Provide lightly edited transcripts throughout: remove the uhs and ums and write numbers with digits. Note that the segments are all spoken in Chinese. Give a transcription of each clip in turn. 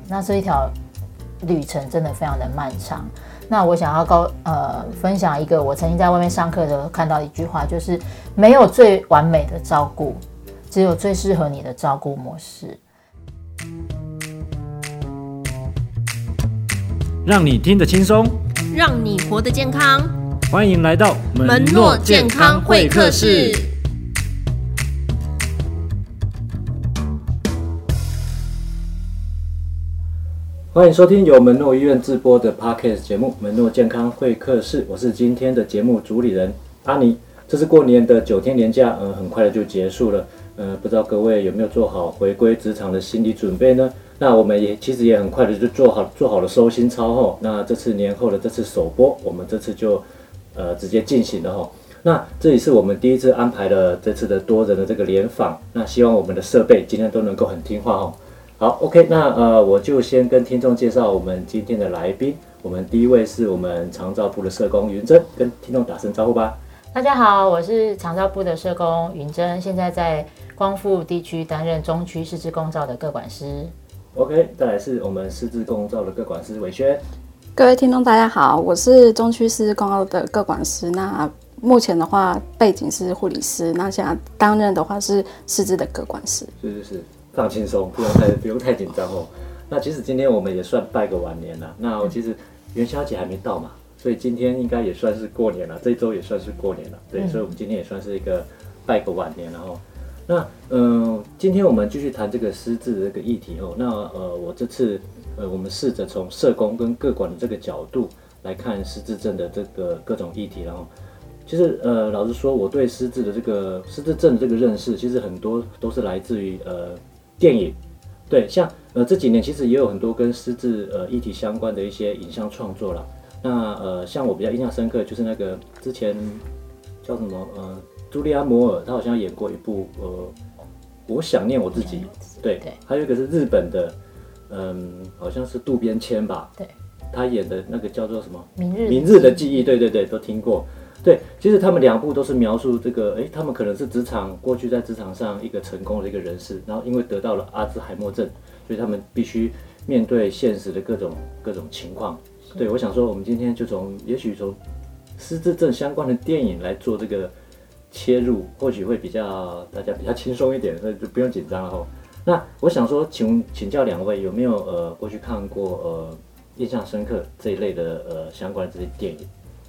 那这一条旅程真的非常的漫长。那我想要分享一个我曾经在外面上课的时候看到一句话，就是没有最完美的照顾，只有最适合你的照顾模式。 让你听得轻松， 让你活得健康。 欢迎来到门诺健康会客室。 欢迎收听由门诺医院制播的 Podcast 节目《门诺健康会客室》，我是今天的节目主理人阿尼。这是过年的9天连假，很快的就结束了。不知道各位有没有做好回归职场的心理准备呢？那我们其实也很快的就做好了收心操后。那这次年后的这次首播，我们这次就直接进行了吼。那这也是我们第一次安排了这次的多人的这个联访。那希望我们的设备今天都能够很听话吼。好 ，OK， 那我就先跟听众介绍我们今天的来宾。我们第一位是我们长照部的社工云珍，跟听众打声招呼吧。 大家好，我是长照部的社工云珍，现在在光复地区担任中区失智共照的个管师。 OK， 再来是我们失智共照的个管师伟轩。 各位听众大家好，我是中区失智共照的个管师。那目前的话背景是护理师，那现在担任的话是失智的个管师。 是。放轻松，不用太紧张哦。那其实今天我们也算拜个晚年了。那我其实元宵节还没到嘛，所以今天应该也算是过年了，这一周也算是过年了。对，所以我们今天也算是一个拜个晚年了哦。那今天我们继续谈这个失智的这个议题哦。那我这次我们试着从社工跟个管的这个角度来看失智症的这个各种议题，然后。其实老实说，我对失智症的这个认识，其实很多都是来自于电影，对，像这几年其实也有很多跟失智议题相关的一些影像创作啦。那像我比较印象深刻就是那个之前叫什么朱莉安·摩尔，她好像演过一部我想念我自己，对，还有一个是日本的好像是渡边谦吧， 对， 他演的那个叫做什么明日的记忆，对，都听过。对，其实他们两部都是描述这个，他们可能是过去在职场上一个成功的一个人士，然后因为得到了阿兹海默症，所以他们必须面对现实的各种情况。对，我想说，我们今天就也许从失智症相关的电影来做这个切入，或许会大家比较轻松一点，所以就不用紧张了吼。那我想说，请教两位有没有过去看过印象深刻这一类的相关的这些电影？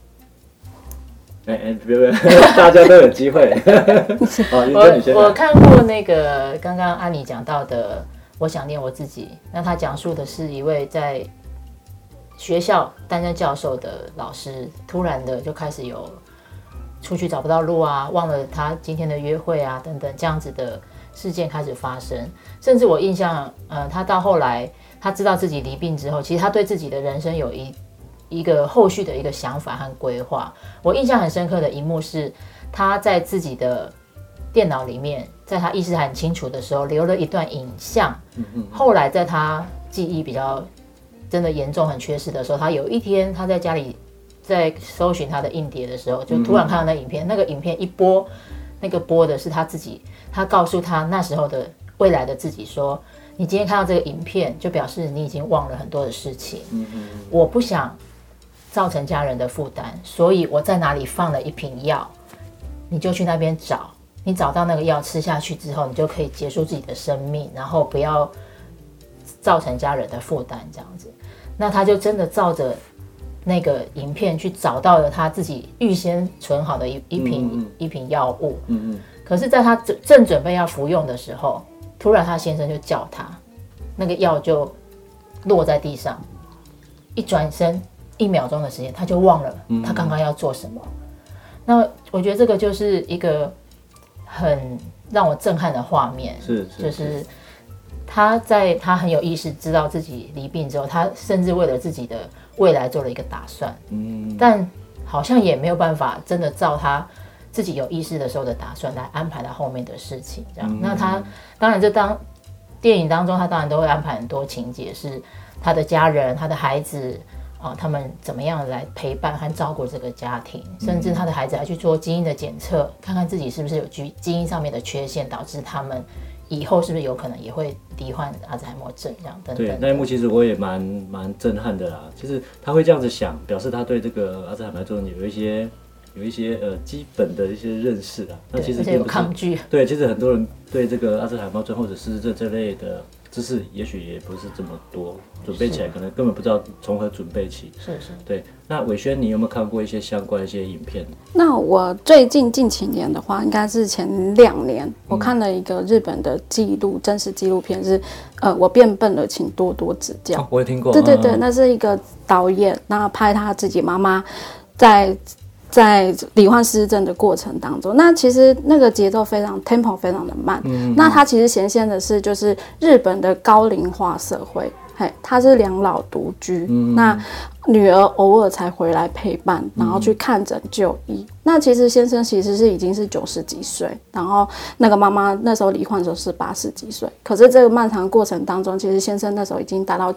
别，大家都有机会。 我看过那个刚刚安妮讲到的《我想念我自己》，那他讲述的是一位在学校担任教授的老师，突然的就开始有出去找不到路啊，忘了他今天的约会啊等等这样子的事件开始发生。甚至我印象，他到后来他知道自己离病之后，其实他对自己的人生有一个后续的一个想法和规划。我印象很深刻的一幕是他在自己的电脑里面，在他意识还很清楚的时候留了一段影像。后来在他记忆比较真的严重很缺失的时候，他有一天他在家里在搜寻他的硬碟的时候，就突然看到那影片，那个影片一播，那个播的是他自己，他告诉他那时候的未来的自己说，你今天看到这个影片就表示你已经忘了很多的事情。我不想造成家人的负担，所以我在哪里放了一瓶药，你就去那边找，你找到那个药吃下去之后，你就可以结束自己的生命，然后不要造成家人的负担这样子。那他就真的照着那个影片去找到了他自己预先存好的一瓶药物。可是在他正准备要服用的时候，突然他先生就叫他，那个药就落在地上，一转身1秒钟的时间，他就忘了他刚刚要做什么。那我觉得这个就是一个很让我震撼的画面，就是他在他很有意识知道自己离病之后，他甚至为了自己的未来做了一个打算，但好像也没有办法真的照他自己有意识的时候的打算来安排他后面的事情这样。那他当然电影当中他当然都会安排很多情节，是他的家人他的孩子他们怎么样来陪伴和照顾这个家庭，甚至他的孩子还去做基因的检测，看看自己是不是有基因上面的缺陷，导致他们以后是不是有可能也会罹患阿兹海默症这样等等。 对，那一幕其实我也蛮震撼的啦。其实他会这样子想，表示他对这个阿兹海默症有一些基本的一些认识啦。那其实而且有抗拒。 对，其实很多人对这个阿兹海默症或者失智症这类的知识，也许也不是这么多，准备起来可能根本不知道从何准备起。 是。 对，那伟轩，你有没有看过一些相关的一些影片？ 那我最近近几年的话，应该是前2年，我看了一个日本的真实纪录片，是我变笨了，请多多指教。 我也听过。 对，那是一个导演，那拍他自己妈妈在罹患失智症的过程当中，那其实那个节奏tempo 非常的慢。那它其实显现的是就是日本的高龄化社会，他是两老独居，那女儿偶尔才回来陪伴，然后去看诊就医。那其实先生其实已经是90几岁，然后那个妈妈那时候罹患的时候是80几岁，可是这个漫长过程当中，其实先生那时候已经达到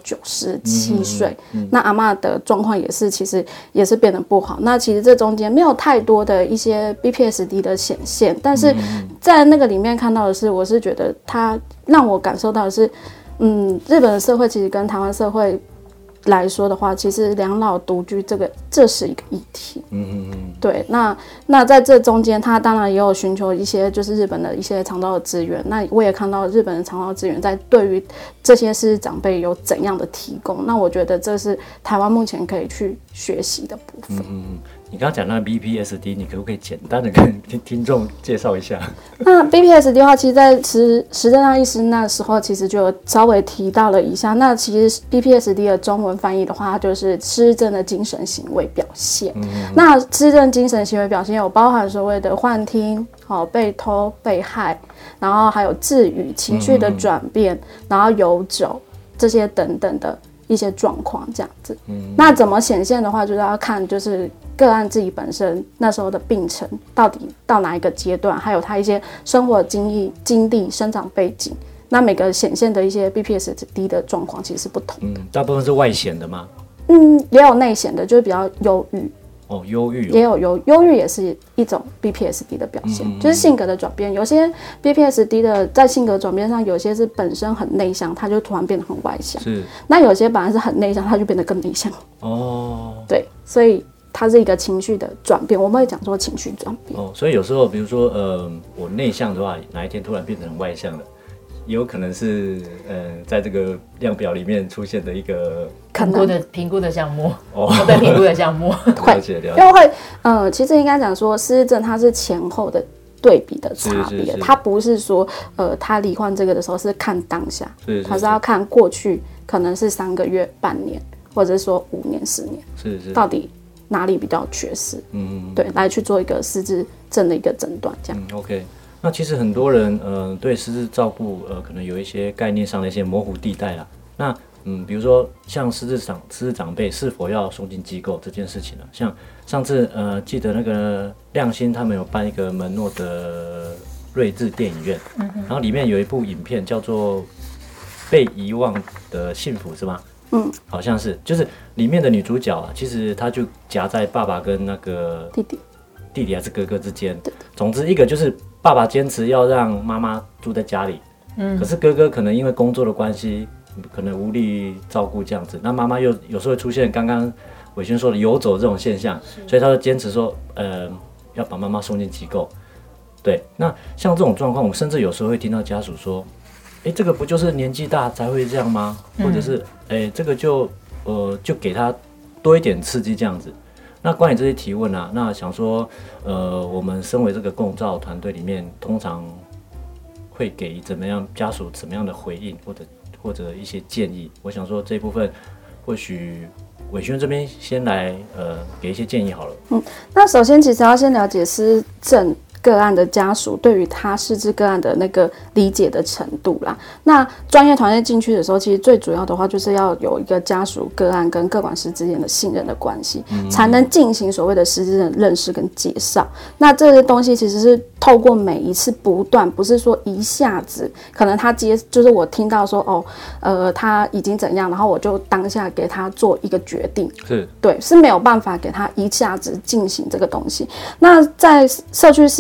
97岁，那阿嬷的状况其实也是变得不好。那其实这中间没有太多的一些 BPSD 的显现，但是在那个里面看到的是，我是觉得他让我感受到的是，日本的社会其实跟台湾社会来说的话，其实两老独居这是一个议题。对，那在这中间，他当然也有寻求一些就是日本的一些长照的资源。那我也看到日本的长照资源在对于这些失智长辈有怎样的提供。那我觉得这是台湾目前可以去学习的部分。 你刚刚讲那个 BPSD， 你可不可以简单的跟听众介绍一下？ 那 BPSD 的话，其实在石正亮医师那时候其实就稍微提到了一下。那其实 BPSD 的中文翻译的话，它就是失智症的精神行为表现。那失智症精神行为表现有包含所谓的幻听、被偷、被害，然后还有自语、情绪的转变，然后游走这些等等的一些状况这样子。那怎么显现的话，就是要看就是个案自己本身那时候的病程到底到哪一个阶段，还有他一些生活经历、生长背景。那每个显现的一些 BPSD 的状况其实是不同的。 大部分是外显的吗？ 也有内显的，就是比较忧郁。 忧郁也有忧郁，也是一种 BPSD 的表现，就是性格的转变。有些 BPSD 的在性格转变上，有些是本身很内向，他就突然变得很外向。 是。 那有些本来是很内向，他就变得更内向。对，所以它是一个情绪的转变，我们会讲说情绪转变。 所以有时候，比如说，我内向的话，哪一天突然变成很外向了，也有可能是，在这个量表里面出现的一个评估的项目，被评估的项目。 了解。 因为会，其实应该讲说，失智症它是前后的对比的差别，它不是说，他罹患这个的时候是看当下，它是要看过去，可能是3个月、半年，或者是说5年、10年，到底哪里比较缺失，对，来去做一个失智症的一个诊断，这样。 OK。那其实很多人对失智照顾可能有一些概念上的一些模糊地带啦。那比如说像失智长辈是否要送进机构这件事情呢？像上次记得那个亮星他们有办一个门诺的瑞智电影院，然后里面有一部影片叫做《被遗忘的幸福》，是吗？好像是，就是里面的女主角啊，其实她就夹在爸爸跟那个弟弟还是哥哥之间。总之一个就是爸爸坚持要让妈妈住在家里，可是哥哥可能因为工作的关系，可能无力照顾这样子。那妈妈又有时候会出现刚刚伟轩说的游走这种现象，所以他就坚持说，要把妈妈送进机构。对，那像这种状况，我甚至有时候会听到家属说，这个不就是年纪大才会这样吗？或者是，这个就给他多一点刺激这样子。那关于这些提问啊，那想说，我们身为这个共照团队里面，通常会给家属怎么样的回应，或者一些建议？我想说这一部分，或许伟轩这边先来给一些建议好了。 那首先其实要先了解失智个案的家属对于他失智个案的那个理解的程度啦。那专业团队进去的时候，其实最主要的话就是要有一个家属个案跟个管师之间的信任的关系，才能进行所谓的失智的认识跟介绍。那这些东西其实是透过每一次不断，不是说一下子，可能他就是我听到说他已经怎样，然后我就当下给他做一个决定，是没有办法给他一下子进行这个东西。那在社区失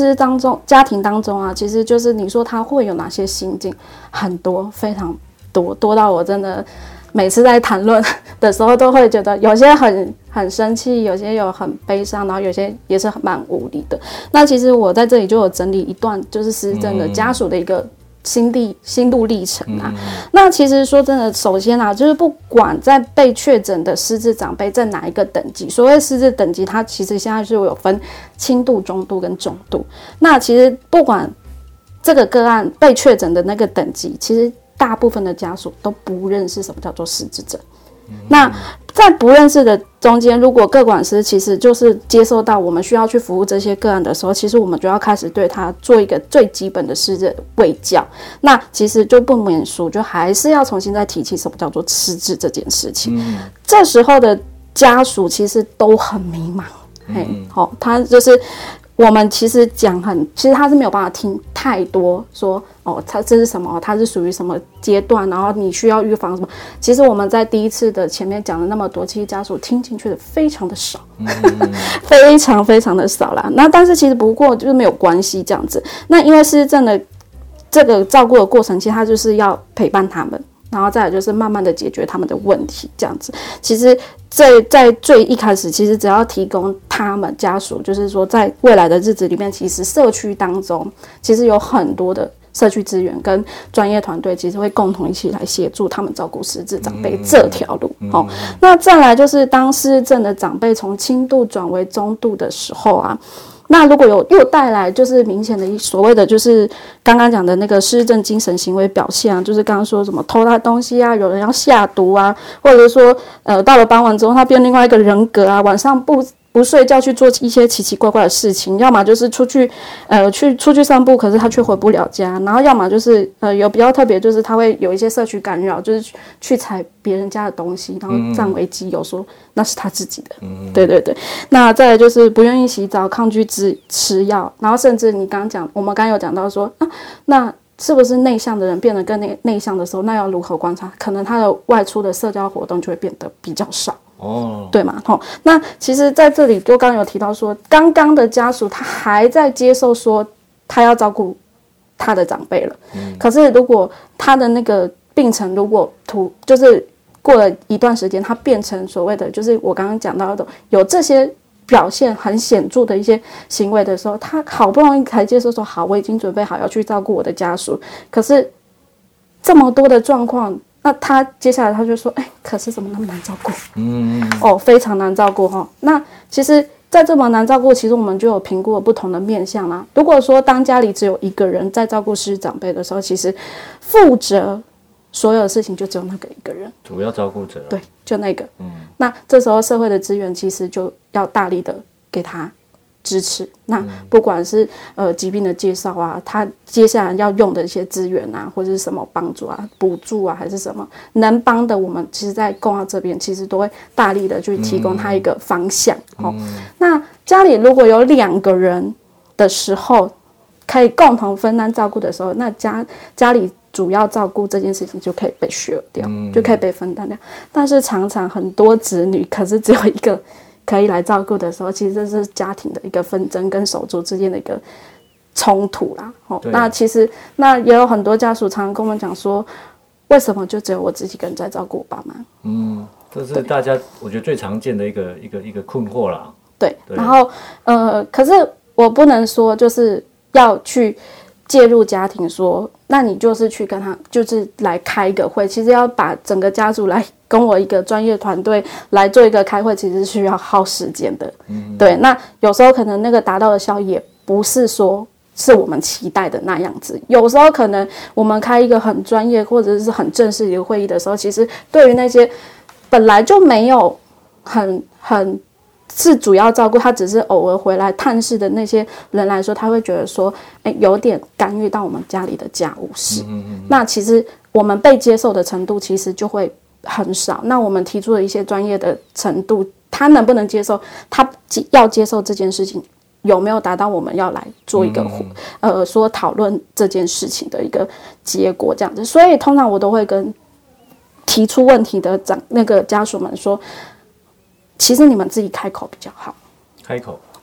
师家庭当中啊，其实就是你说他会有哪些心境，很多，非常多到我真的每次在谈论的时候都会觉得有些很生气，有些有很悲伤，然后有些也是蛮无力的。那其实我在这里就有整理一段就是失智症的家属的一个心路历程啊。那其实说真的，首先啊，就是不管在被确诊的失智长辈在哪一个等级，所谓失智等级，它其实现在是有分轻度、中度跟重度。那其实不管这个个案被确诊的那个等级，其实大部分的家属都不认识什么叫做失智症。那在不认识的中间，如果个管师其实就是接受到我们需要去服务这些个案的时候，其实我们就要开始对他做一个最基本的失智卫教。那其实就不免俗，就还是要重新再提起什么叫做失智这件事情。这时候的家属其实都很迷茫，他就是我们其实其实他是没有办法听太多说他这是什么，他是属于什么阶段，然后你需要预防什么。其实我们在第一次的前面讲了那么多，其实家属听进去的非常的少，非常非常的少啦。那但是其实不过就是没有关系这样子。那因为失智症的这个照顾的过程，其实他就是要陪伴他们，然后再来就是慢慢的解决他们的问题这样子。其实在最一开始，其实只要提供他们家属，就是说在未来的日子里面，其实社区当中其实有很多的社区资源跟专业团队，其实会共同一起来协助他们照顾失智长辈这条路。那再来就是当失智症的长辈从轻度转为中度的时候啊，那如果又带来就是明显的所谓的就是刚刚讲的那个失智症精神行为表现啊，就是刚刚说什么偷他东西啊，有人要下毒啊，或者说到了傍晚之后他变另外一个人格啊，晚上不睡觉去做一些奇奇怪怪的事情，要么就是出去散步，可是他却回不了家，然后要么就是有比较特别，就是他会有一些社区干扰，就是去采别人家的东西，然后占为己有，说那是他自己的。对对对。那再来就是不愿意洗澡，抗拒吃药，然后甚至我们刚刚有讲到说那是不是内向的人变得更内向的时候，那要如何观察？可能他的外出的社交活动就会变得比较少。对嘛？那其实在这里就刚刚有提到说，刚刚的家属他还在接受说他要照顾他的长辈了，可是如果他的那个病程如果就是过了一段时间，他变成所谓的就是我刚刚讲到的有这些表现很显著的一些行为的时候，他好不容易才接受说好，我已经准备好要去照顾我的家属，可是这么多的状况。那他接下来他就说，可是怎么那么难照顾？非常难照顾那其实，在这么难照顾，其实我们就有评估了不同的面向啦。如果说当家里只有一个人在照顾失智长辈的时候，其实负责所有的事情就只有那个一个人， 主要照顾者。 对，就那个。那这时候社会的资源其实就要大力的给他支持。那不管是疾病的介绍啊，他接下来要用的一些资源啊，或者是什么帮助啊、补助啊，还是什么能帮的，我们其实在公告这边其实都会大力的去提供他一个方向。那家里如果有2个人的时候，可以共同分担照顾的时候，那家里主要照顾这件事情就可以被share掉，就可以被分担掉。但是常常很多子女，可是只有一个可以来照顾的时候，其实这是家庭的一个纷争跟手足之间的一个冲突啦。那其实那也有很多家属常常跟我们讲说，为什么就只有我自己一个人在照顾我爸妈？ 这是大家我觉得最常见的一个困惑啦。 对，然后可是我不能说就是要去介入家庭说，那你就是去跟他就是来开一个会，其实要把整个家族来跟我一个专业团队来做一个开会，其实需要耗时间的。对，那有时候可能那个达到的效益也不是说是我们期待的那样子，有时候可能我们开一个很专业或者是很正式的一个会议的时候，其实对于那些本来就没有很是主要照顾，他只是偶尔回来探视的那些人来说，他会觉得说，有点干预到我们家里的家务事。那其实我们被接受的程度其实就会很少。那我们提出的一些专业的程度，他能不能接受？他要接受这件事情，有没有达到我们要来做一个说讨论这件事情的一个结果这样子？所以通常我都会跟提出问题的那个家属们说，其实你们自己开口比较好。 开口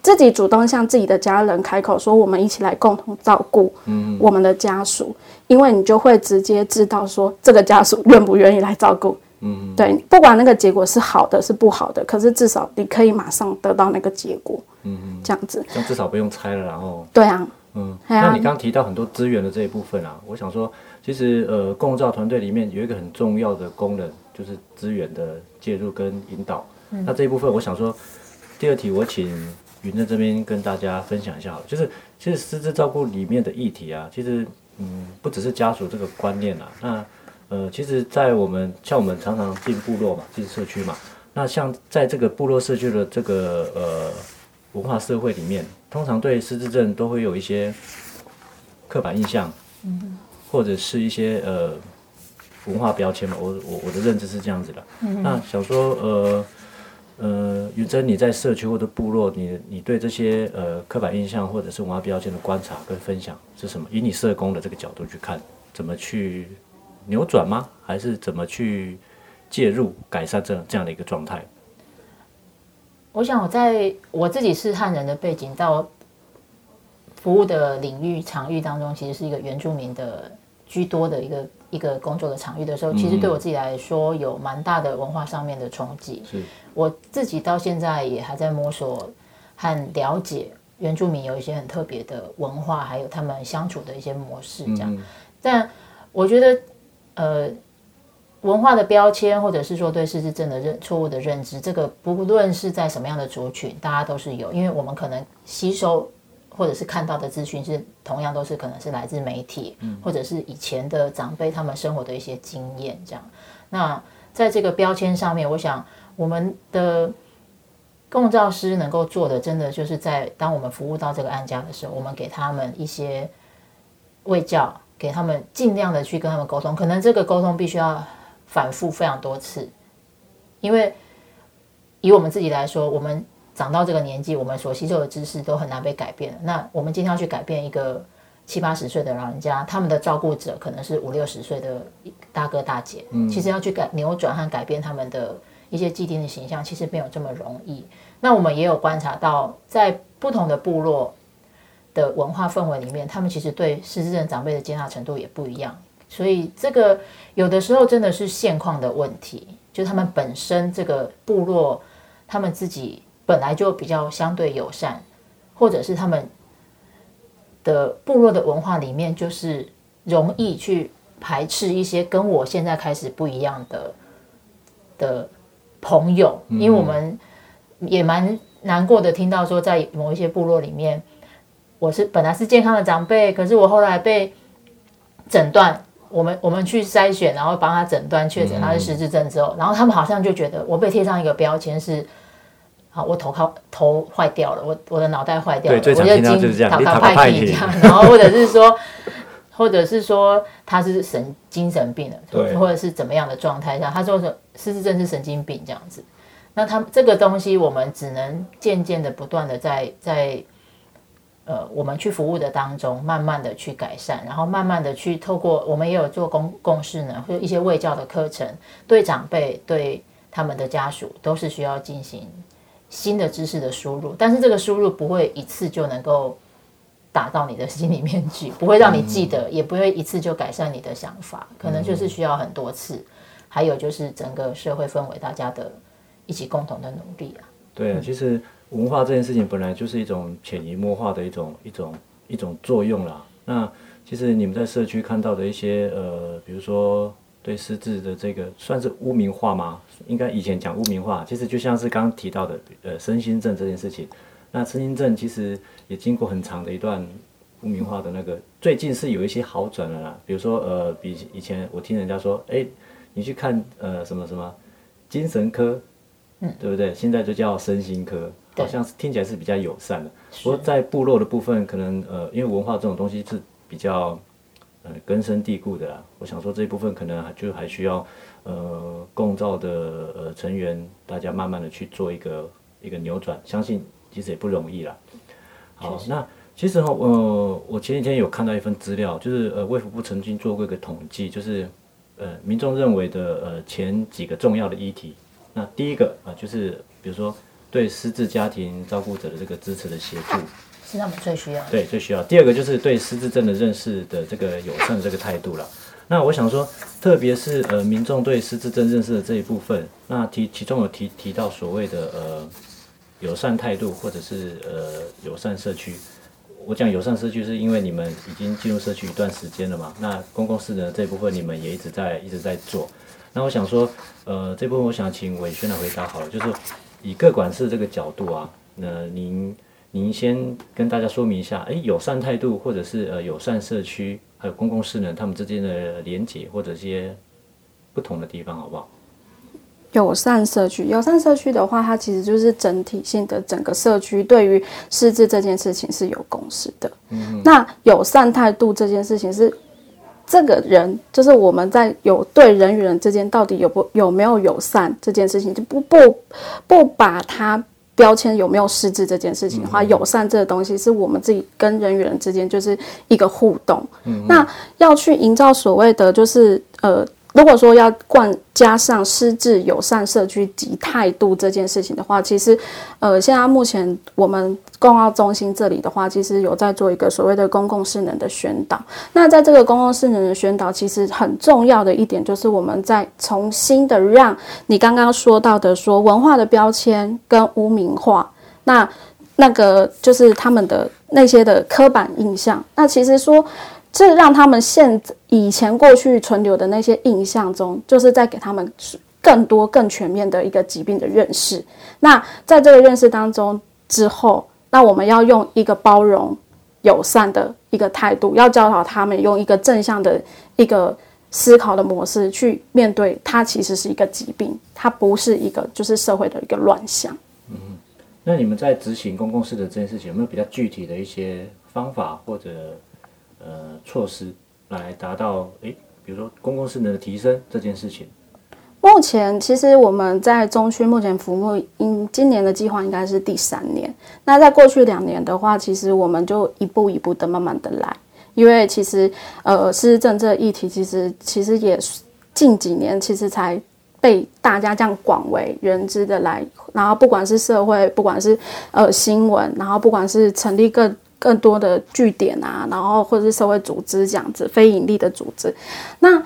自己主动向自己的家人开口说，我们一起来共同照顾我们的家属，因为你就会直接知道说这个家属愿不愿意来照顾。对，不管那个结果是好的是不好的，可是至少你可以马上得到那个结果。这样子， 这样至少不用猜了，然后对啊。 那你刚刚提到很多资源的这一部分啊，我想说，其实共照团队里面有一个很重要的功能，就是资源的介入跟引导。那这一部分，我想说，第二题我请云在这边跟大家分享一下好了，就是其实失智照顾里面的议题啊，其实不只是家属这个观念啊，那其实在我们像我们常常进部落嘛，进社区嘛，那像在这个部落社区的这个文化社会里面，通常对失智症都会有一些刻板印象，或者是一些文化标签嘛。我的认知是这样子的。那想说云珍，你在社区或者部落，你对这些刻板印象或者是文化标签的观察跟分享是什么？以你社工的这个角度去看，怎么去扭转吗？还是怎么去介入改善这样的一个状态？ 我想我自己是汉人的背景，到服务的领域场域当中，其实是一个原住民的居多的一个工作的场域的时候，其实对我自己来说有蛮大的文化上面的冲击。我自己到现在也还在摸索和了解原住民有一些很特别的文化，还有他们相处的一些模式这样。但我觉得文化的标签，或者是说对失智症的错误的认知，这个不论是在什么样的族群，大家都是有，因为我们可能吸收或者是看到的资讯是同样都是可能是来自媒体，或者是以前的长辈他们生活的一些经验这样。那在这个标签上面，我想我们的共照师能够做的，真的就是在当我们服务到这个案家的时候，我们给他们一些卫教，给他们尽量的去跟他们沟通，可能这个沟通必须要反复非常多次，因为以我们自己来说，我们长到这个年纪，我们所吸收的知识都很难被改变。那我们今天要去改变一个70、80岁的老人家，他们的照顾者可能是50、60岁的大哥大姐，其实要去扭转和改变他们的一些既定的形象，其实没有这么容易。那我们也有观察到，在不同的部落的文化氛围里面，他们其实对失智症长辈的接纳程度也不一样。所以这个有的时候真的是现况的问题，就是他们本身这个部落，他们自己本来就比较相对友善，或者是他们的部落的文化里面就是容易去排斥一些跟我现在开始不一样的朋友，因为我们也蛮难过的听到说，在某一些部落里面，我本来是健康的长辈，可是我后来被诊断。我们去筛选，然后帮他诊断确诊他是失智症之后，然后他们好像就觉得我被贴上一个标签是，我头坏掉了，我的脑袋坏掉了， 对，最常听到就是这样， 讨派这样，然后或者是说他是精神病了，或者是怎么样的状态下，他说失智症是神经病这样子。那他这个东西，我们只能渐渐的、不断的在我们去服务的当中，慢慢的去改善，然后慢慢的去透过我们也有做共识呢，或者一些卫教的课程，对长辈、对他们的家属都是需要进行新的知识的输入，但是这个输入不会一次就能够打到你的心里面去，不会让你记得，也不会一次就改善你的想法，可能就是需要很多次。还有就是整个社会氛围，大家的一起共同的努力啊。 对啊，其实文化这件事情本来就是一种潜移默化的一种作用啦。那其实你们在社区看到的一些比如说对失智的这个算是污名化吗？应该以前讲污名化，其实就像是刚刚提到的身心症这件事情。那身心症其实也经过很长的一段污名化的那个，最近是有一些好转了啦。比如说比以前我听人家说，你去看什么什么精神科。对不对？现在就叫身心科，好像是听起来是比较友善的。不过在部落的部分，可能因为文化这种东西是比较根深蒂固的啦。我想说这一部分可能还需要共照的成员，大家慢慢的去做一个扭转，相信其实也不容易啦。好，那其实我前几天有看到一份资料，就是卫福部曾经做过一个统计，就是民众认为的前几个重要的议题。那第一个就是比如说对失智家庭照顾者的这个支持的协助， 是他们最需要的。 对，最需要。第二个就是对失智症的认识的这个友善的这个态度了。那我想说，特别是民众对失智症认识的这一部分，那其中有提到所谓的友善态度，或者是友善社区。我讲友善社区是因为你们已经进入社区一段时间了嘛，那公共事的这一部分你们也一直在做。那我想说，这部分我想请瑋轩来回答好了，就是以个管事这个角度啊，您先跟大家说明一下，友善态度或者是友善社区，还有公共事呢，他们之间的连结或者一些不同的地方，好不好？ 友善社区的话，它其实就是整体性的整个社区对于失智这件事情是有共识的。那友善态度这件事情是这个人，就是我们在对人与人之间到底有没有友善这件事情，就不把它标签有没有失智这件事情的话，友善这个东西是我们自己跟人与人之间就是一个互动。那要去营造所谓的就是如果说要加上失智友善社区及态度这件事情的话，其实现在目前我们公奥中心这里的话，其实有在做一个所谓的公共势能的宣导。那在这个公共势能的宣导，其实很重要的一点就是我们在重新的让你刚刚说到的说文化的标签跟污名化，那个就是他们的那些的刻板印象，那其实说这让他们以前过去存留的那些印象中，就是在给他们更多更全面的一个疾病的认识。那在这个认识当中之后，那我们要用一个包容友善的一个态度，要教导他们用一个正向的一个思考的模式去面对它，其实是一个疾病，它不是一个就是社会的一个乱象。 那你们在执行公共事的这件事情，有没有比较具体的一些方法或者措施来达到比如说公共势能的提升这件事情？ 目前其实我们在中区目前服务，今年的计划应该是第3年。那在过去2年的话，其实我们就一步一步的慢慢的来，因为其实失智症这个议题其实也近几年其实才被大家这样广为人知的来，然后不管是社会，不管是新闻，然后不管是成立更多的据点啊，然后或者是社会组织这样子非营利的组织。那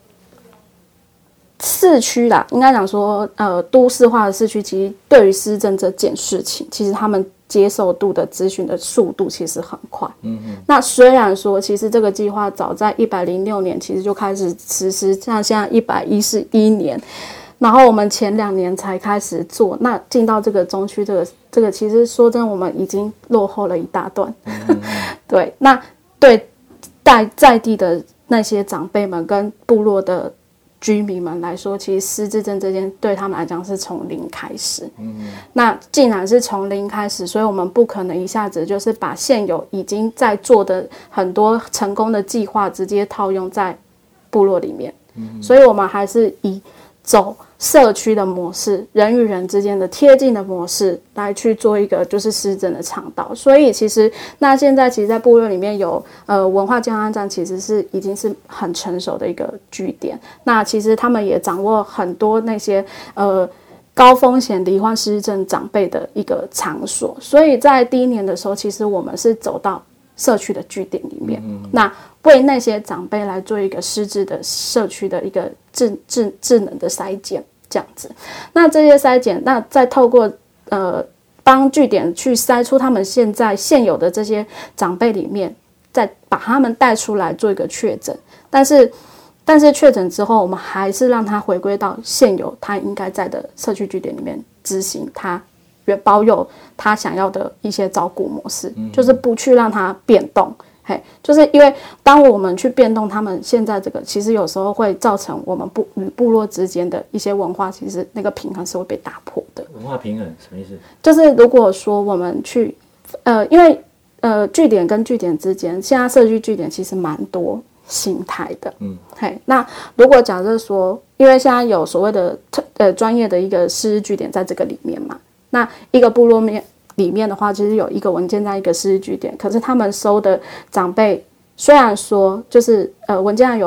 市区啦，应该讲说都市化的市区，其实对于失智症这件事情，其实他们接受度的咨询的速度其实很快。那虽然说其实这个计划早在106年其实就开始实施，像现在111年，然后我们前2年才开始做，那进到这个中区这个其实说真的我们已经落后了一大段。对，那对在地的那些长辈们跟部落的居民们来说，其实失智症这件对他们来讲是从零开始。那既然是从零开始，所以我们不可能一下子就是把现有已经在做的很多成功的计划直接套用在部落里面。所以我们还是以走社区的模式，人与人之间的贴近的模式来去做一个就是失智的倡导。所以其实那现在其实在部落里面有文化健康站，其实已经是很成熟的一个据点。那其实他们也掌握很多那些高风险罹患失智症长辈的一个场所。所以在第1年的时候，其实我们是走到社区的据点里面，那为那些长辈来做一个失智的社区的一个智能的筛检，这样子。那这些筛检，那再透过帮据点去筛出他们现有的这些长辈里面，再把他们带出来做一个确诊。但是确诊之后，我们还是让他回归到现有他应该在的社区据点里面执行他保有他想要的一些照顾模式，就是不去让他变动。就是因为当我们去变动他们现在这个，其实有时候会造成我们与部落之间的一些文化，其实那个平衡是会被打破的。 文化平衡什么意思？就是如果说我们去因为据点跟据点之间，现在社区据点其实蛮多形态的。那如果假设说，因为现在有所谓的专业的一个失智据点在这个里面嘛，那一个部落里面的话，其实有一个文件站，一个失智据点，可是他们收的长辈虽然说就是文件站有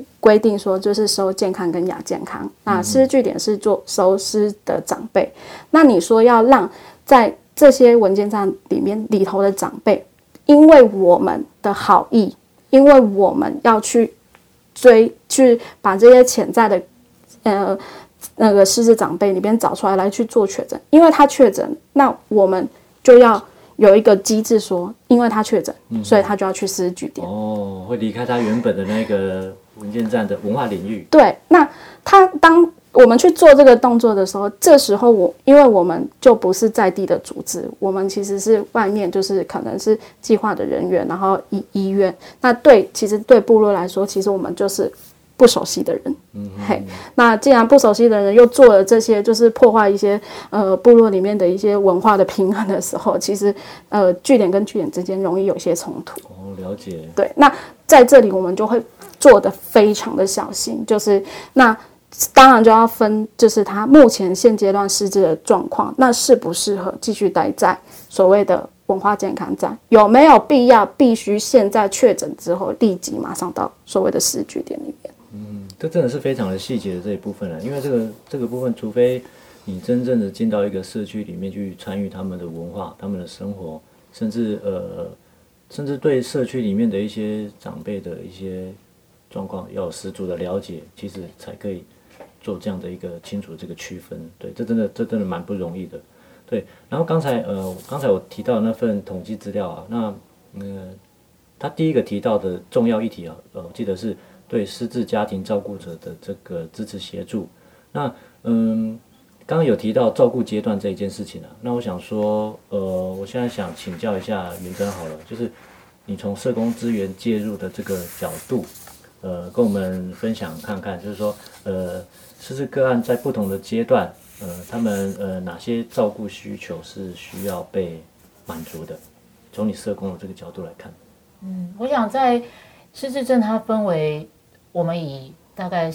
规定说就是收健康跟亚健康，那失智据点是做收失的长辈。那你说要让在这些文件站里头的长辈，因为我们的好意，因为我们要去把这些潜在的那个失智长辈里边找出来去做确诊，因为他确诊，那我们就要有一个机制说，因为他确诊，所以他就要去失智据点。 会离开他原本的那个文件站的文化领域。 对，那当我们去做这个动作的时候，这时候因为我们就不是在地的组织，我们其实是外面就是可能是计划的人员，然后医院。那其实对部落来说，其实我们就是不熟悉的人。那既然不熟悉的人又做了这些，就是破坏一些部落里面的一些文化的平衡的时候，其实据点跟据点之间容易有些冲突。 了解。 对，那在这里我们就会做得非常的小心，就是那当然就要分，就是他目前现阶段失智的状况，那适不适合继续待在所谓的文化健康站，有没有必要必须现在确诊之后立即马上到所谓的失智据点里面。 这真的是非常的细节的这一部分了，因为这个部分，除非你真正的进到一个社区里面去参与他们的文化、他们的生活，甚至对社区里面的一些长辈的一些状况要有十足的了解，其实才可以做这样的一个清楚这个区分。对，这真的蛮不容易的。对，然后刚才我提到的那份统计资料啊，那他第一个提到的重要议题啊，我记得是对失智家庭照顾者的这个支持协助。那刚刚有提到照顾阶段这一件事情啊，那我想说，我现在想请教一下云珍好了，就是你从社工资源介入的这个角度，跟我们分享看看，就是说，失智个案在不同的阶段，他们哪些照顾需求是需要被满足的？从你社工的这个角度来看。 我想在失智症它分为我们以大概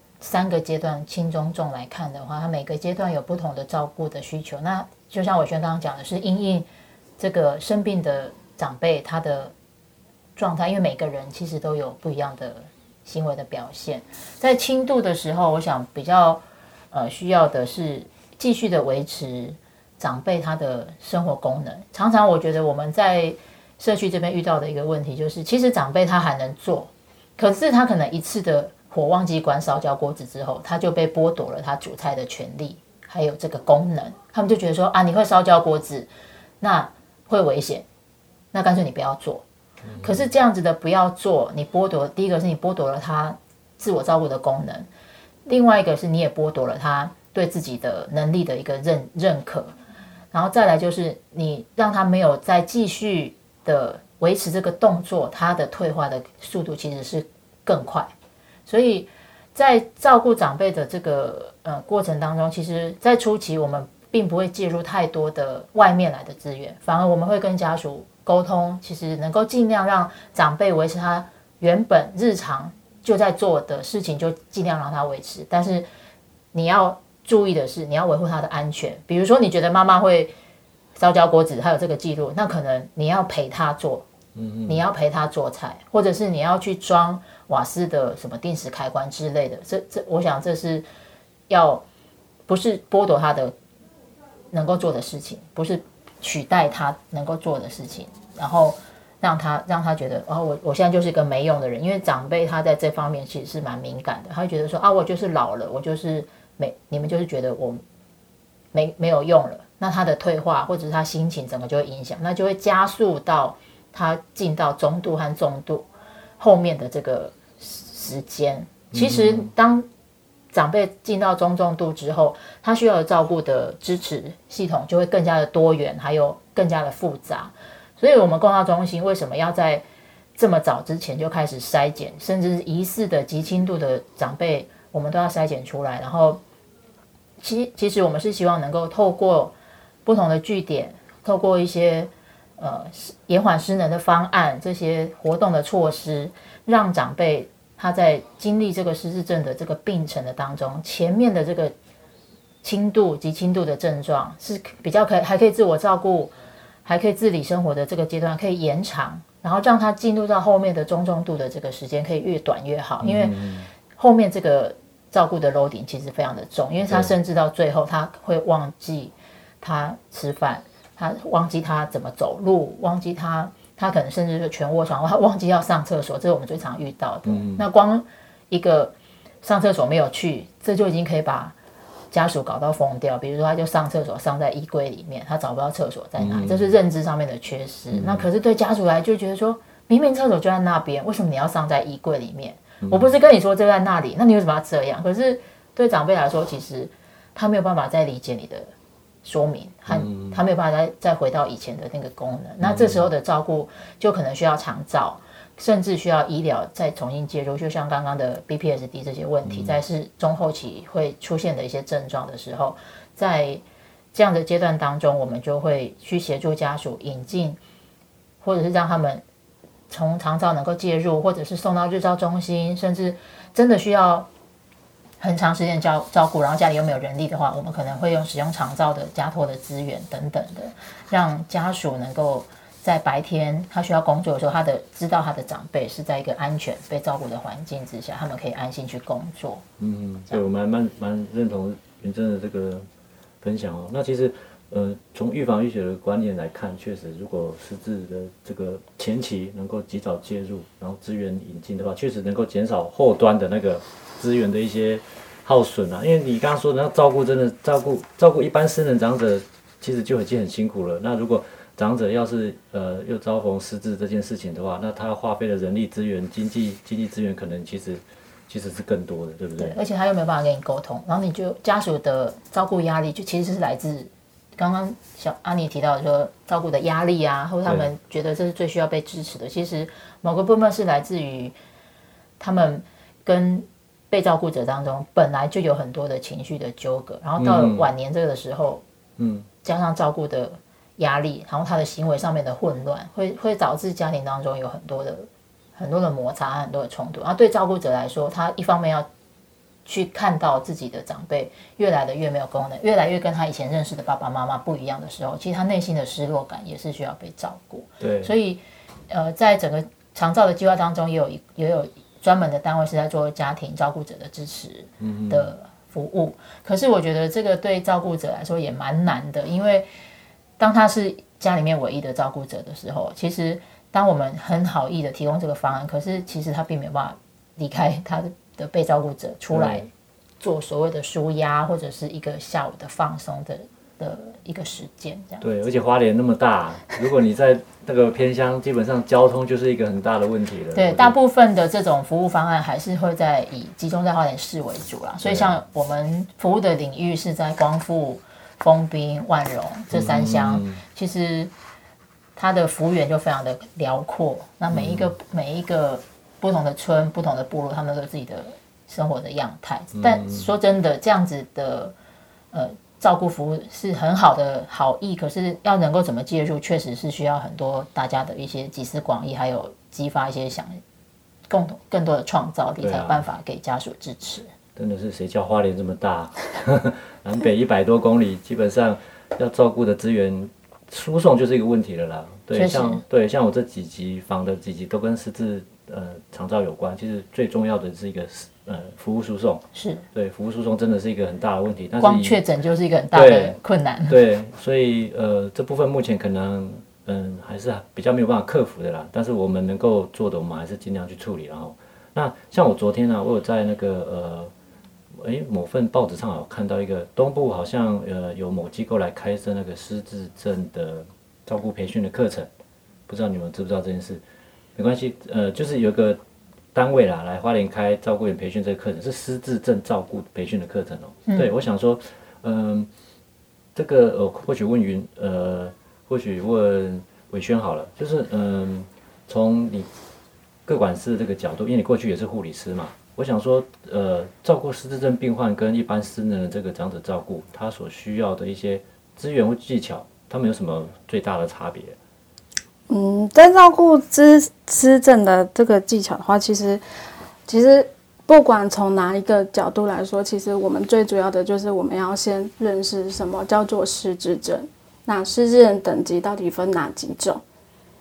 3个阶段轻中重来看的话，它每个阶段有不同的照顾的需求。那就像伟轩刚刚讲的是因应这个生病的长辈他的状态，因为每个人其实都有不一样的行为的表现。在轻度的时候，我想比较需要的是继续的维持长辈他的生活功能。常常我觉得我们在社区这边遇到的一个问题就是，其实长辈他还能做，可是他可能一次的火忘记关烧焦锅子之后，他就被剥夺了他煮菜的权利，还有这个功能。他们就觉得说啊，你会烧焦锅子，那会危险，那干脆你不要做。可是这样子的不要做，你剥夺，第一个是你剥夺了他自我照顾的功能，另外一个是你也剥夺了他对自己的能力的一个认可，然后再来就是你让他没有再继续的维持这个动作，他的退化的速度其实是更快。所以在照顾长辈的这个过程当中，其实在初期我们并不会介入太多的外面来的资源，反而我们会跟家属沟通，其实能够尽量让长辈维持他原本日常就在做的事情，就尽量让他维持。但是你要注意的是，你要维护他的安全。比如说你觉得妈妈会烧焦锅子，还有这个记录，那可能你要陪他做，你要陪他做菜，或者是你要去装瓦斯的什么定时开关之类的。我想这是不是剥夺他的能够做的事情，不是取代他能够做的事情，然后让他觉得我现在就是一个没用的人。因为长辈他在这方面其实是蛮敏感的，他会觉得说我就是老了，我就是你们就是觉得我没有用了，那他的退化或者是他心情整个就会影响，那就会加速到他进到中度和重度后面的这个时间。其实当长辈进到中重度之后，他需要的照顾的支持系统就会更加的多元，还有更加的复杂。所以我们共照中心为什么要在这么早之前就开始筛检，甚至是疑似的极轻度的长辈我们都要筛检出来。然后其实我们是希望能够透过不同的据点，透过一些延缓失能的方案，这些活动的措施，让长辈他在经历这个失智症的这个病程的当中，前面的这个轻度及轻度的症状是比较还可以自我照顾，还可以自理生活的这个阶段可以延长， 然后让他进入到后面的中重度的这个时间可以越短越好，因为后面这个照顾的 loading 其实非常的重，因为他甚至到最后他会忘记他吃饭，他忘记他怎么走路，忘记他可能甚至是全卧床，他忘记要上厕所，这是我们最常遇到的。那光一个上厕所没有去，这就已经可以把家属搞到疯掉。比如说他就上厕所上在衣柜里面，他找不到厕所在哪里，这是认知上面的缺失。那可是对家属来就觉得说，明明厕所就在那边，为什么你要上在衣柜里面？我不是跟你说就在那里，那你为什么要这样？可是对长辈来说，其实他没有办法再理解你的说明，他没有办法再回到以前的那个功能。那这时候的照顾就可能需要长照，甚至需要医疗再重新介入。就像刚刚的 BPSD 这些问题，在是中后期会出现的一些症状的时候，在这样的阶段当中，我们就会去协助家属引进，或者是让他们从长照能够介入，或者是送到日照中心，甚至真的需要很长时间照顾，然后家里又没有人力的话，我们可能会使用长照的家托的资源等等的，让家属能够在白天他需要工作的时候，知道他的长辈是在一个安全被照顾的环境之下，他们可以安心去工作。 对，我蛮认同云珍的这个分享哦。那其实从预防医学的观念来看，确实如果失智的这个前期能够及早介入，然后资源引进的话，确实能够减少后端的那个资源的一些耗损啊。因为你刚刚说的那照顾，真的照顾一般失能长者，其实就已经很辛苦了。那如果长者要是又遭逢失智这件事情的话，那他花费的人力资源、经济资源，可能其实是更多的，对不对？ 对，而且他又没有办法跟你沟通，然后你就家属的照顾压力，就其实是来自刚刚小安妮提到的说照顾的压力啊，或者他们觉得这是最需要被支持的。其实某个部分是来自于他们跟被照顾者当中本来就有很多的情绪的纠葛，然后到了晚年这个的时候，加上照顾的压力，然后他的行为上面的混乱，会导致家庭当中有很多的摩擦，很多的冲突。然后对照顾者来说，他一方面要去看到自己的长辈越来越没有功能，越来越跟他以前认识的爸爸妈妈不一样的时候，其实他内心的失落感也是需要被照顾。 对， 所以在整个长照的计划当中，也有专门的单位是在做家庭照顾者的支持的服务。可是我觉得这个对照顾者来说也蛮难的，因为当他是家里面唯一的照顾者的时候，其实当我们很好意的提供这个方案，可是其实他并没有办法离开他的被照顾者出来做所谓的抒压，或者是一个下午的放松的一个时间，这样。 对，而且花莲那么大，如果你在那个偏乡，基本上交通就是一个很大的问题了。 对，大部分的这种服务方案还是会集中在花莲市为主啦，所以像我们服务的领域是在光复、丰滨、万荣这三乡，其实它的幅员就非常的辽阔。那每一个不同的村、不同的部落，他们都有自己的生活的样态。但说真的，这样子的照顾服务是很好的好意，可是要能够怎么介入，确实是需要很多大家的一些集思广益，还有激发一些更多的创造力，才有办法给家属支持。 真的是谁叫花莲这么大，南北100多公里，基本上要照顾的资源输送就是一个问题了啦。对，像我这几集访的几集都跟失智长照有关，其实最重要的是一个服务输送。是，对，服务输送真的是一个很大的问题，但是光确诊就是一个很大的困难。 对，所以这部分目前可能还是比较没有办法克服的啦。但是我们能够做的，我们还是尽量去处理。然后，那像我昨天呢，我有在那个某份报纸上有看到一个东部好像有某机构来开设那个失智症的照顾培训的课程，不知道你们知不知道这件事？没关系，就是有一个单位啦来花莲开照顾员培训这个课程，是失智症照顾培训的课程哦。对，我想说，这个或许问或许问伟轩好了，就是从你各管事这个角度，因为你过去也是护理师嘛。我想说，照顾失智症病患跟一般失能的这个长者照顾，他所需要的一些资源或技巧，他们有什么最大的差别？ 在照顾失症的这个技巧的话，其实不管从哪一个角度来说，其实我们最主要的就是我们要先认识什么叫做失智症，那失智症等级到底分哪几种？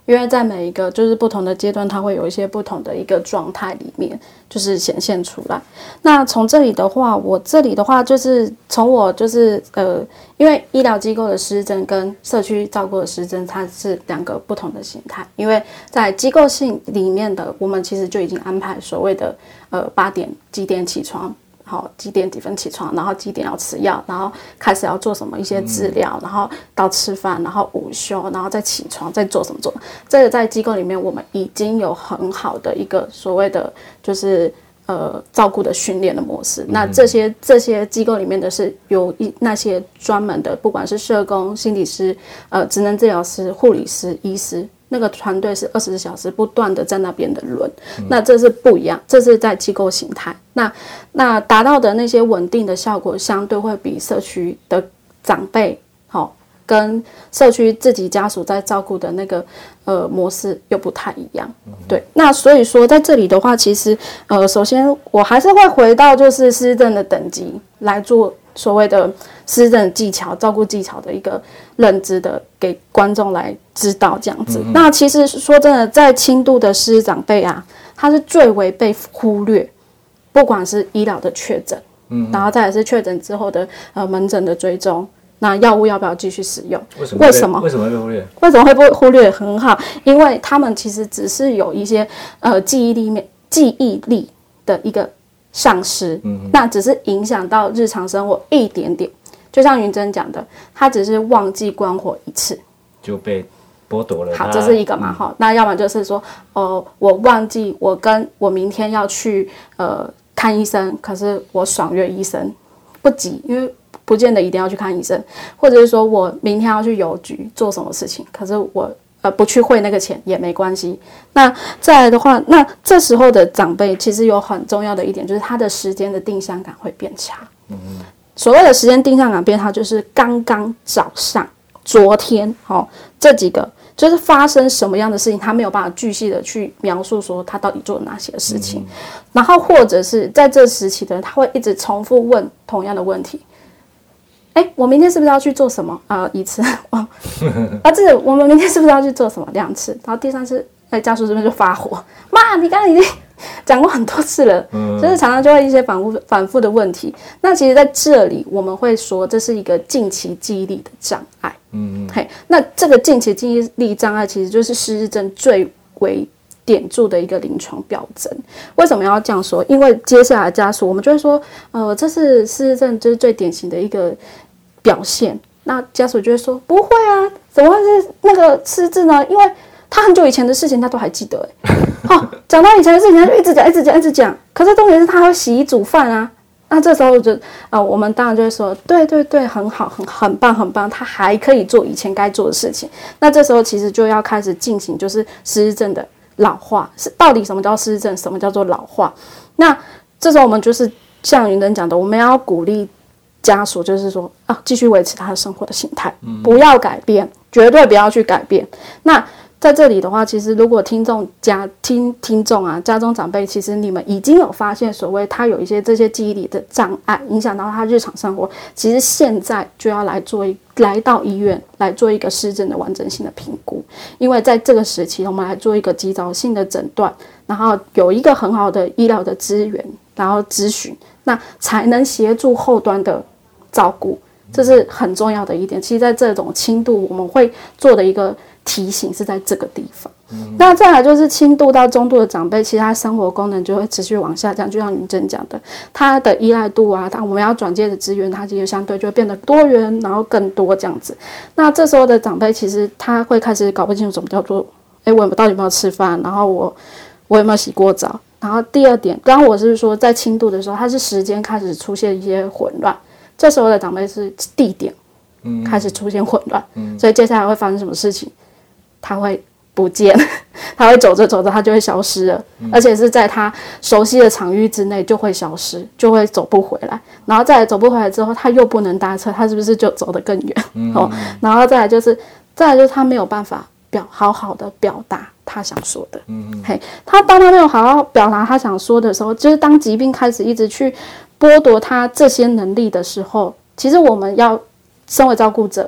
因为在每一个就是不同的阶段，它会有一些不同的一个状态里面，就是显现出来。那从这里的话，我这里的话就是从我就是因为医疗机构的失智跟社区照顾的失智，它是2个不同的形态。因为在机构性里面的，我们其实就已经安排所谓的8点几点起床。好，几点几分起床，然后几点要吃药，然后开始要做什么一些治疗，然后到吃饭，然后午休，然后再起床，再做什么做。这个在机构里面，我们已经有很好的一个所谓的就是照顾的训练的模式。那这些机构里面的是有那些专门的，不管是社工、心理师、职能治疗师、护理师、医师。那个团队是24小时不断的在那边的轮，那这是不一样，这是在机构形态。那达到的那些稳定的效果，相对会比社区的长辈跟社区自己家属在照顾的那个模式又不太一样。对，那所以说在这里的话，其实首先我还是会回到就是失智症的等级来做所谓的失智症技巧、照顾技巧的一个认知的，给观众来知道这样子。那其实说真的，在轻度的失智长辈啊，他是最为被忽略，不管是医疗的确诊，然后再来是确诊之后的门诊的追踪。那药物要不要继续使用？为什么会被忽略？为什么会被忽略？很好，因为他们其实只是有一些记忆力的一个丧失，那只是影响到日常生活一点点。就像云珍讲的，他只是忘记关火一次，就被剥夺了。好，这是一个嘛哈。那要不然就是说，我忘记我明天要去看医生，可是我爽约医生不急，因为不见得一定要去看医生，或者是说我明天要去邮局做什么事情，可是我不去汇那个钱也没关系。那再来的话，那这时候的长辈其实有很重要的一点，就是他的时间的定向感会变差。所谓的时间定向感变差，就是刚刚早上、昨天这几个就是发生什么样的事情，他没有办法巨细的去描述说他到底做了哪些事情，然后或者是在这时期的人，他会一直重复问同样的问题。我明天是不是要去做什么？1次我们明天是不是要去做什么？2次，然后第3次，家属这边就发火，妈，你刚刚已经讲过很多次了，就是常常就会一些反复的问题。那其实在这里我们会说，这是一个近期记忆力的障碍。那这个近期记忆力障碍其实就是失智症最为点著的一个临床表征。为什么要这样说？因为接下来家属我们就会说，这是失智症就是最典型的一个表现。那家属就会说，不会啊，怎么会是那个失智呢？因为他很久以前的事情他都还记得。讲到以前的事情他就一直讲，可是重点是他会洗衣煮饭啊。那这时候就我们当然就会说，对，很好，很棒，他还可以做以前该做的事情。那这时候其实就要开始进行就是失智症的老化，到底什么叫失智症，什么叫做老化？那这时候我们就是像云珍讲的，我们要鼓励家属，就是说继续维持他的生活的形态，不要改变，绝对不要去改变。那在这里的话，其实如果听众家中长辈，其实你们已经有发现所谓他有一些这些记忆力的障碍，影响到他日常生活，其实现在就要来到医院来做一个失智的完整性的评估。因为在这个时期，我们来做一个及早性的诊断，然后有一个很好的医疗的资源，然后咨询，那才能协助后端的照顾，这是很重要的一点。其实在这种轻度我们会做的一个提醒是在这个地方。那再来就是轻度到中度的长辈，其实他生活功能就会持续往下降，就像云珍讲的，他的依赖度啊，我们要转接的资源，它其实相对就会变得多元，然后更多这样子。那这时候的长辈其实他会开始搞不清楚什么叫做我到底有没有吃饭，然后我有没有洗过澡。然后第二点，刚刚我是说在轻度的时候，他是时间开始出现一些混乱，这时候的长辈是地点开始出现混乱，所以接下来会发生什么事情？他会不见，他会走着他就会消失了，而且是在他熟悉的场域之内就会消失，就会走不回来。然后再来走不回来之后，他又不能搭车，他是不是就走得更远？然后再来就是他没有办法好好的表达他想说的。当他没有好好表达他想说的时候，就是当疾病开始一直去剥夺他这些能力的时候，其实我们要身为照顾者，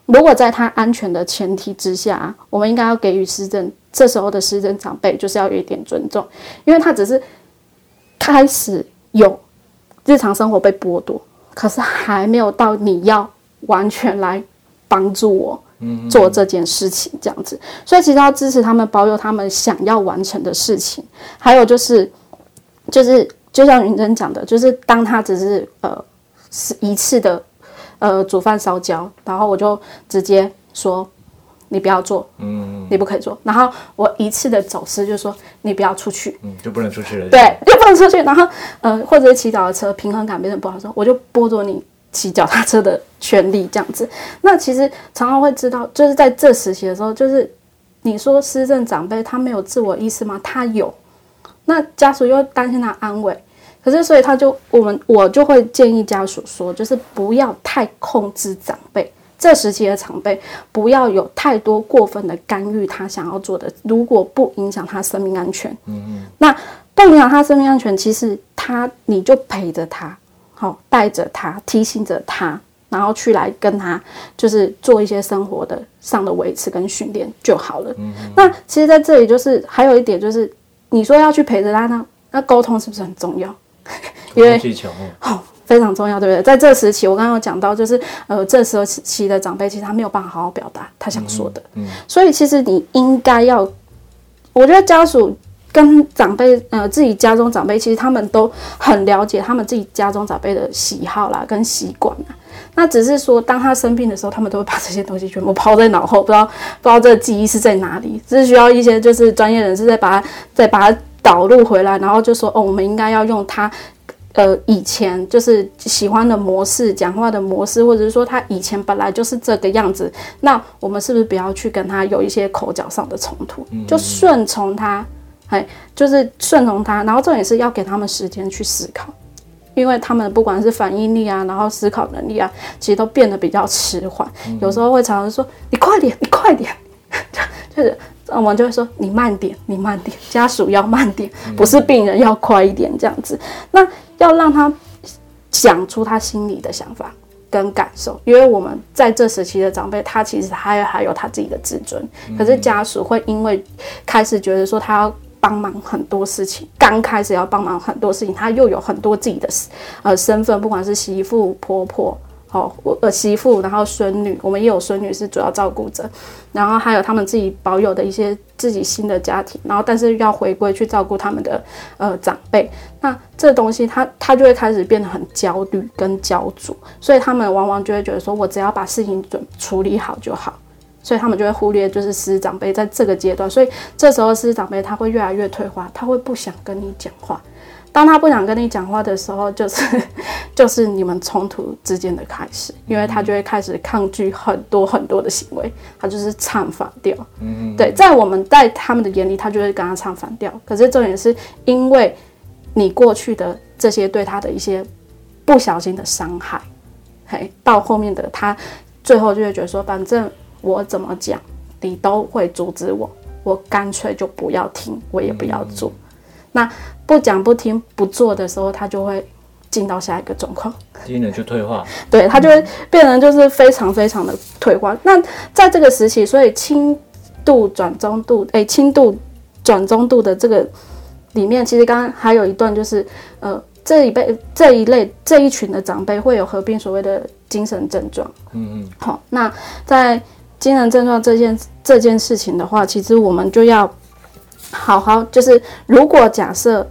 如果在他安全的前提之下，我们应该要给予施政，这时候的施政长辈就是要有一点尊重，因为他只是开始有日常生活被剥夺，可是还没有到你要完全来帮助我做这件事情这样子。所以其实要支持他们，保有他们想要完成的事情。还有就是就像云珍讲的，就是当他只是一次的煮饭烧焦，然后我就直接说你不要做，你不可以做。然后我一次的走失就说你不要出去， 就不能出去了。 对，就不能出去。然后或者是骑脚踏车平衡感变得不好的时候，我就剥夺你骑脚踏车的权利，这样子。那其实常常会知道，就是在这时期的时候，就是你说施政长辈他没有自我意识吗？他有。那家属又担心他安危，可是所以我就会建议家属说，就是不要太控制长辈。这时期的长辈不要有太多过分的干预他想要做的，如果不影响他生命安全，那不影响他生命安全，其实你就陪着他，带着他，提醒着他，然后去来跟他就是做一些生活的上的维持跟训练就好了。那其实在这里就是还有一点就是，你说要去陪着他，那沟通是不是很重要？因为技巧非常重要，对不对？在这时期，我刚刚有讲到，就是这时期的长辈，其实他没有办法好好表达他想说的，所以其实你应该要，我觉得家属跟长辈，自己家中长辈，其实他们都很了解他们自己家中长辈的喜好啦，跟习惯啦。那只是说，当他生病的时候，他们都会把这些东西全部抛在脑后，不知道这个记忆是在哪里，只是需要一些就是专业人士再把它导入回来，然后就说我们应该要用他。以前就是喜欢的模式，讲话的模式，或者是说他以前本来就是这个样子，那我们是不是不要去跟他有一些口角上的冲突，就顺从他，就是顺从他，然后重点是要给他们时间去思考，因为他们不管是反应力啊，然后思考能力啊，其实都变得比较迟缓，有时候会常常说你快点，就是我们就会说你慢点，家属要慢点，不是病人要快一点这样子。那要让他讲出他心里的想法跟感受，因为我们在这时期的长辈，他其实还有他自己的自尊，可是家属会因为开始觉得说他要帮忙很多事情，刚开始要帮忙很多事情，他又有很多自己的身份，不管是媳妇、婆婆。媳妇，然后孙女，我们也有孙女是主要照顾者，然后还有他们自己保有的一些自己新的家庭，然后但是要回归去照顾他们的长辈，那这东西他就会开始变得很焦虑跟焦灼，所以他们往往就会觉得说，我只要把事情处理好就好，所以他们就会忽略就是失智长辈在这个阶段，所以这时候失智长辈他会越来越退化，他会不想跟你讲话。当他不想跟你讲话的时候，就是你们冲突之间的开始，因为他就会开始抗拒很多很多的行为，他就是唱反调。对，在他们的眼里，他就会跟他唱反调。可是重点是因为你过去的这些对他的一些不小心的伤害，到后面的他最后就会觉得说，反正我怎么讲，你都会阻止我，我干脆就不要听，我也不要做。那不讲不听不做的时候，他就会进到下一个状况， 听了就退化， 对，他就会变成就是非常非常的退化。那在这个时期，所以轻度转中度的这个里面，其实刚刚还有一段就是这一群的长辈会有合并所谓的精神症状。好，那在精神症状这件事情的话，其实我们就要好好，就是如果假设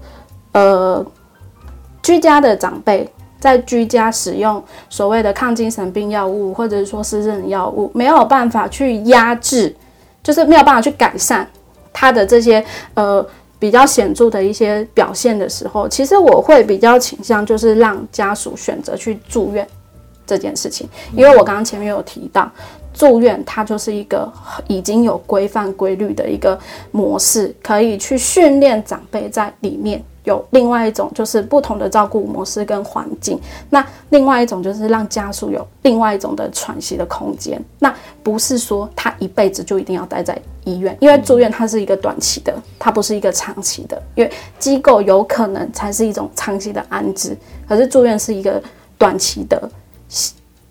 居家的长辈在居家使用所谓的抗精神病药物，或者是说失智药物，没有办法去压制，就是没有办法去改善他的这些比较显著的一些表现的时候，其实我会比较倾向就是让家属选择去住院这件事情，因为我刚刚前面有提到，住院它就是一个已经有规范规律的一个模式，可以去训练长辈在里面有另外一种就是不同的照顾模式跟环境，那另外一种就是让家属有另外一种的喘息的空间，那不是说他一辈子就一定要待在医院，因为住院它是一个短期的，它不是一个长期的，因为机构有可能才是一种长期的安置，可是住院是一个短期的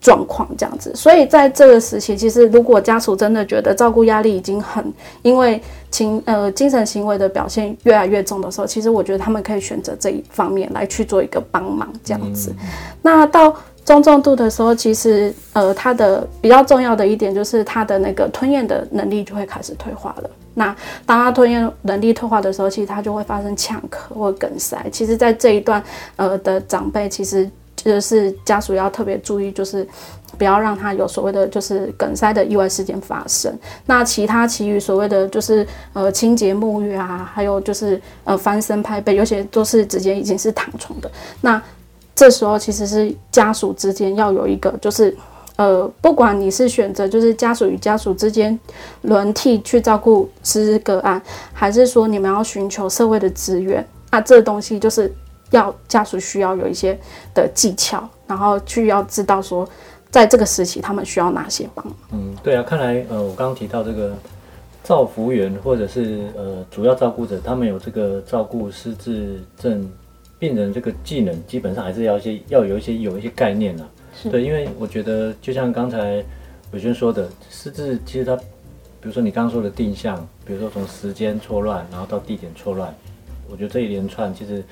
状况这样子。所以在这个时期，其实如果家属真的觉得照顾压力已经很因为精神行为的表现越来越重的时候，其实我觉得他们可以选择这一方面来去做一个帮忙这样子。那到中重度的时候，其实他的比较重要的一点就是他的那个吞咽的能力就会开始退化了。那当他吞咽能力退化的时候，其实他就会发生呛咳或梗塞。其实在这一段的长辈，其实就是家属要特别注意，就是不要让他有所谓的就是梗塞的意外事件发生。那其余所谓的就是清洁沐浴啊，还有就是翻身拍背，有些都是直接已经是躺床的。那这时候其实是家属之间要有一个就是不管你是选择就是家属与家属之间轮替去照顾失智个案，还是说你们要寻求社会的资源，那这东西就是要家属需要有一些的技巧，然后去要知道说在这个时期他们需要哪些帮忙。 对啊，看来我刚刚提到这个照服员或者是主要照顾者，他们有这个照顾失智症病人这个技能，基本上还是要有一些概念啊。对，因为我觉得就像刚才伟轩说的，失智其实它，比如说你刚刚说的定向，比如说从时间错乱，然后到地点错乱，我觉得这一连串其实，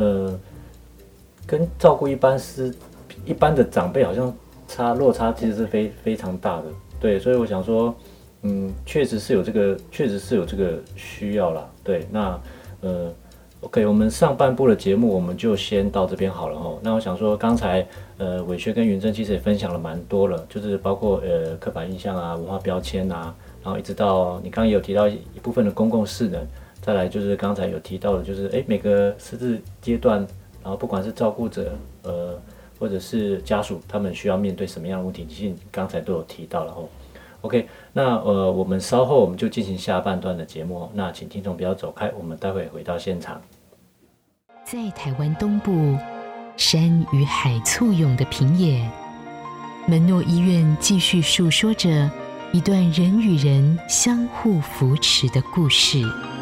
跟照顾一般的长辈好像落差其实是非常大的。对，所以我想说，确实是有这个需要啦。对，那OK， 我们上半部的节目我们就先到这边好了齁。那我想说，刚才伟轩跟云珍其实也分享了蛮多了，就是包括刻板印象啊、文化标签啊，然后一直到你刚刚也有提到一部分的公共势能，再来就是刚才有提到的，就是每个失智阶段，然后不管是照顾者或者是家属，他们需要面对什么样的问题，其实刚才都有提到了齁。OK， 那我们稍后我们就进行下半段的节目，那请听众不要走开，我们待会回到现场。 在台湾东部山与海簇拥的平野，门诺医院继续述说着一段人与人相互扶持的故事，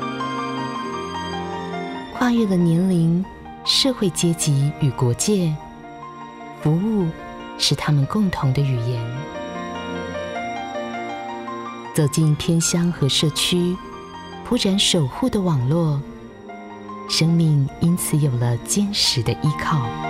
跨越了年龄、社会阶级与国界，服务是他们共同的语言。走进偏乡和社区，铺展守护的网络，生命因此有了坚实的依靠。